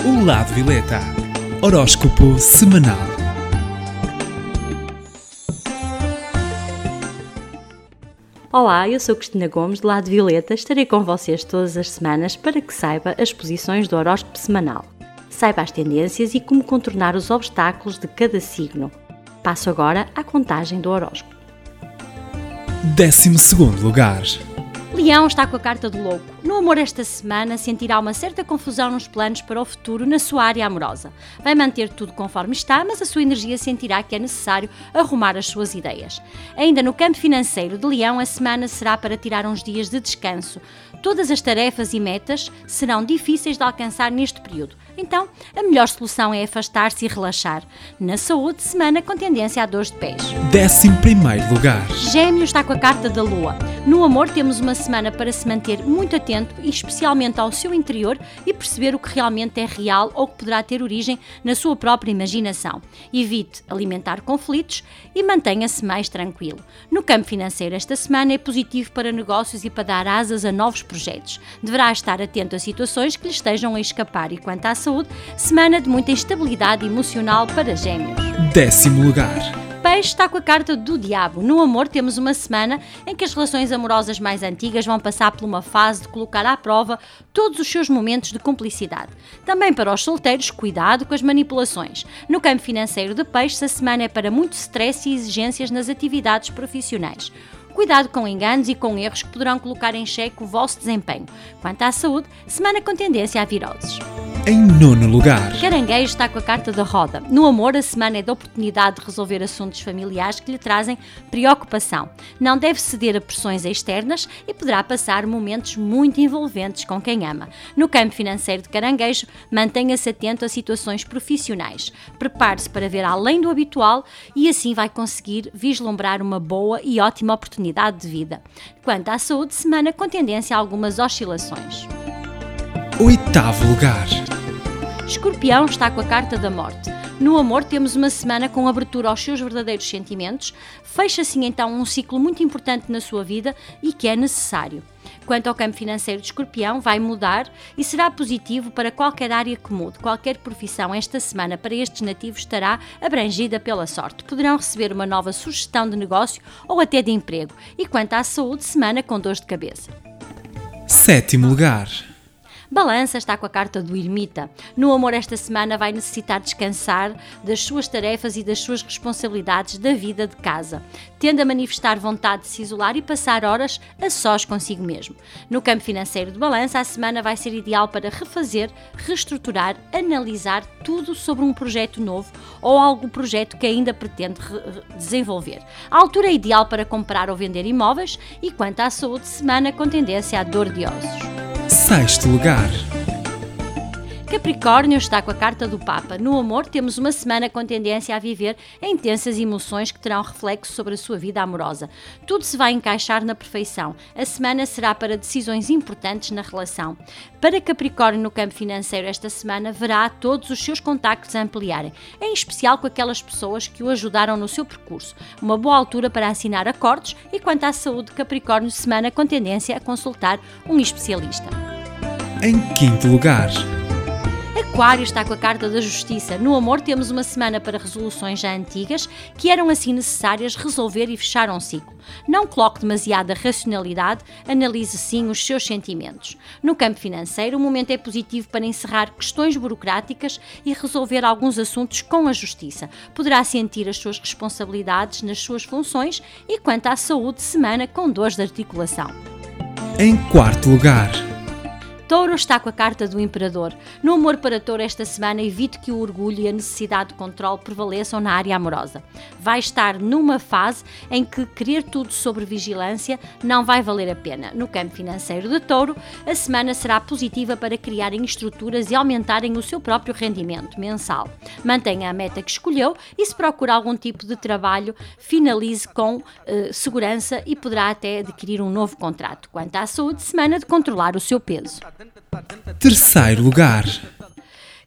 O Lado Violeta. Horóscopo semanal. Olá, eu sou Cristina Gomes, do Lado Violeta. Estarei com vocês todas as semanas para que saiba as posições do horóscopo semanal. Saiba as tendências e como contornar os obstáculos de cada signo. Passo agora à contagem do horóscopo. 12º lugar. Leão está com a carta do louco. No amor esta semana sentirá uma certa confusão nos planos para o futuro na sua área amorosa. Vai manter tudo conforme está, mas a sua energia sentirá que é necessário arrumar as suas ideias. Ainda no campo financeiro de Leão, a semana será para tirar uns dias de descanso. Todas as tarefas e metas serão difíceis de alcançar neste período. Então, a melhor solução é afastar-se e relaxar. Na saúde, semana com tendência a dores de pés. 11º lugar. Gêmeos está com a carta da Lua. No amor temos uma semana para se manter muito atento e especialmente ao seu interior e perceber o que realmente é real ou que poderá ter origem na sua própria imaginação. Evite alimentar conflitos e mantenha-se mais tranquilo. No campo financeiro esta semana é positivo para negócios e para dar asas a novos projetos. Deverá estar atento a situações que lhe estejam a escapar e quanto à saúde, semana de muita instabilidade emocional para Gêmeos. 10º lugar. Peixe está com a carta do diabo. No amor temos uma semana em que as relações amorosas mais antigas vão passar por uma fase de colocar à prova todos os seus momentos de cumplicidade. Também para os solteiros, cuidado com as manipulações. No campo financeiro de peixes, a semana é para muito stress e exigências nas atividades profissionais. Cuidado com enganos e com erros que poderão colocar em xeque o vosso desempenho. Quanto à saúde, semana com tendência a viroses. Em 9º lugar. Caranguejo está com a carta da roda. No amor, a semana é de oportunidade de resolver assuntos familiares que lhe trazem preocupação. Não deve ceder a pressões externas e poderá passar momentos muito envolventes com quem ama. No campo financeiro de Caranguejo, mantenha-se atento a situações profissionais. Prepare-se para ver além do habitual e assim vai conseguir vislumbrar uma boa e ótima oportunidade de vida. Quanto à saúde, semana com tendência a algumas oscilações. 8º lugar. Escorpião está com a carta da morte. No amor temos uma semana com abertura aos seus verdadeiros sentimentos. Fecha assim então um ciclo muito importante na sua vida e que é necessário. Quanto ao campo financeiro de Escorpião, vai mudar e será positivo para qualquer área que mude. Qualquer profissão esta semana para estes nativos estará abrangida pela sorte. Poderão receber uma nova sugestão de negócio ou até de emprego. E quanto à saúde, semana com dores de cabeça. 7º lugar. Balança está com a carta do ermita. No amor esta semana vai necessitar descansar das suas tarefas e das suas responsabilidades da vida de casa. Tende a manifestar vontade de se isolar e passar horas a sós consigo mesmo. No campo financeiro de Balança, a semana vai ser ideal para refazer, reestruturar, analisar tudo sobre um projeto novo ou algum projeto que ainda pretende desenvolver. A altura é ideal para comprar ou vender imóveis e quanto à saúde, semana com tendência à dor de ossos. 6º lugar. Capricórnio está com a carta do Papa. No amor temos uma semana com tendência a viver intensas emoções que terão reflexo sobre a sua vida amorosa. Tudo se vai encaixar na perfeição. A semana será para decisões importantes na relação. Para Capricórnio no campo financeiro esta semana verá todos os seus contactos a ampliarem, em especial com aquelas pessoas que o ajudaram no seu percurso. Uma boa altura para assinar acordos e quanto à saúde, Capricórnio semana com tendência a consultar um especialista. Em 5º lugar. Aquário está com a carta da justiça. No amor temos uma semana para resoluções já antigas que eram assim necessárias resolver e fechar um ciclo. Não coloque demasiada racionalidade, analise sim os seus sentimentos. No campo financeiro, o momento é positivo para encerrar questões burocráticas e resolver alguns assuntos com a justiça. Poderá sentir as suas responsabilidades nas suas funções e quanto à saúde, semana com dores de articulação. Em 4º lugar. Touro está com a carta do Imperador. No amor para Touro esta semana, evite que o orgulho e a necessidade de controle prevaleçam na área amorosa. Vai estar numa fase em que querer tudo sob vigilância não vai valer a pena. No campo financeiro de Touro, a semana será positiva para criarem estruturas e aumentarem o seu próprio rendimento mensal. Mantenha a meta que escolheu e se procura algum tipo de trabalho, finalize com segurança e poderá até adquirir um novo contrato. Quanto à saúde, semana de controlar o seu peso. 3º lugar.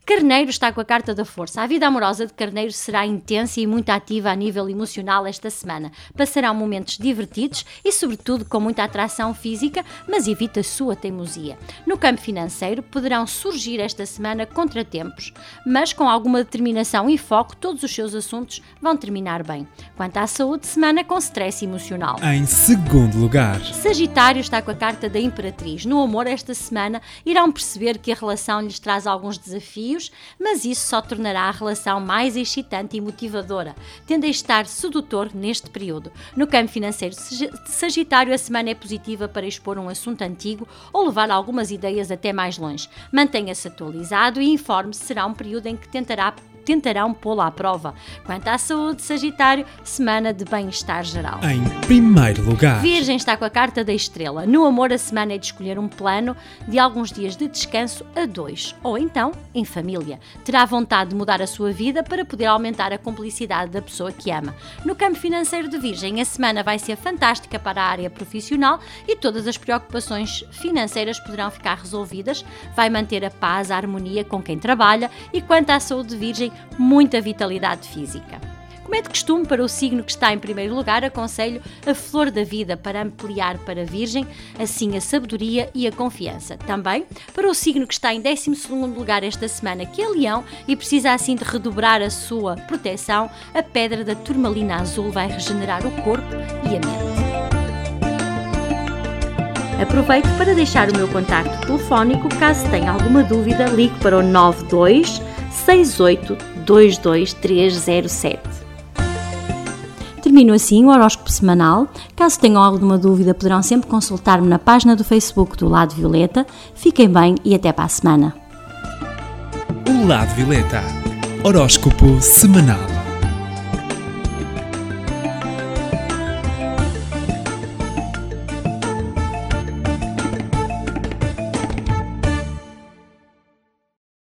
Carneiro está com a carta da força. A vida amorosa de Carneiro será intensa e muito ativa a nível emocional esta semana. Passarão momentos divertidos e, sobretudo, com muita atração física, mas evita a sua teimosia. No campo financeiro, poderão surgir esta semana contratempos, mas com alguma determinação e foco, todos os seus assuntos vão terminar bem. Quanto à saúde, semana com stress emocional. Em segundo lugar, Sagitário está com a carta da Imperatriz. No amor, esta semana, irão perceber que a relação lhes traz alguns desafios, mas isso só tornará a relação mais excitante e motivadora, tendo a estar sedutor neste período. No campo financeiro de Sagitário, a semana é positiva para expor um assunto antigo ou levar algumas ideias até mais longe. Mantenha-se atualizado e informe-se, será um período em que tentarão pô-lo à prova. Quanto à saúde, Sagitário, semana de bem-estar geral. em primeiro lugar, Virgem está com a carta da Estrela. No amor, a semana é de escolher um plano de alguns dias de descanso a 2, ou então em família. Terá vontade de mudar a sua vida para poder aumentar a cumplicidade da pessoa que ama. No campo financeiro de Virgem, a semana vai ser fantástica para a área profissional e todas as preocupações financeiras poderão ficar resolvidas. Vai manter a paz, a harmonia com quem trabalha e, quanto à saúde de Virgem, muita vitalidade física. Como é de costume, para o signo que está em primeiro lugar, aconselho a flor da vida para ampliar para Virgem, assim a sabedoria e a confiança. Também, para o signo que está em 12º lugar esta semana, que é Leão, e precisa assim de redobrar a sua proteção, a pedra da turmalina azul vai regenerar o corpo e a mente. Aproveito para deixar o meu contacto telefónico, caso tenha alguma dúvida, ligue para o 92 68 22307. Termino assim o horóscopo semanal. Caso tenham alguma dúvida, poderão sempre consultar-me na página do Facebook do Lado Violeta. Fiquem bem e até para a semana. o Lado Violeta, horóscopo semanal.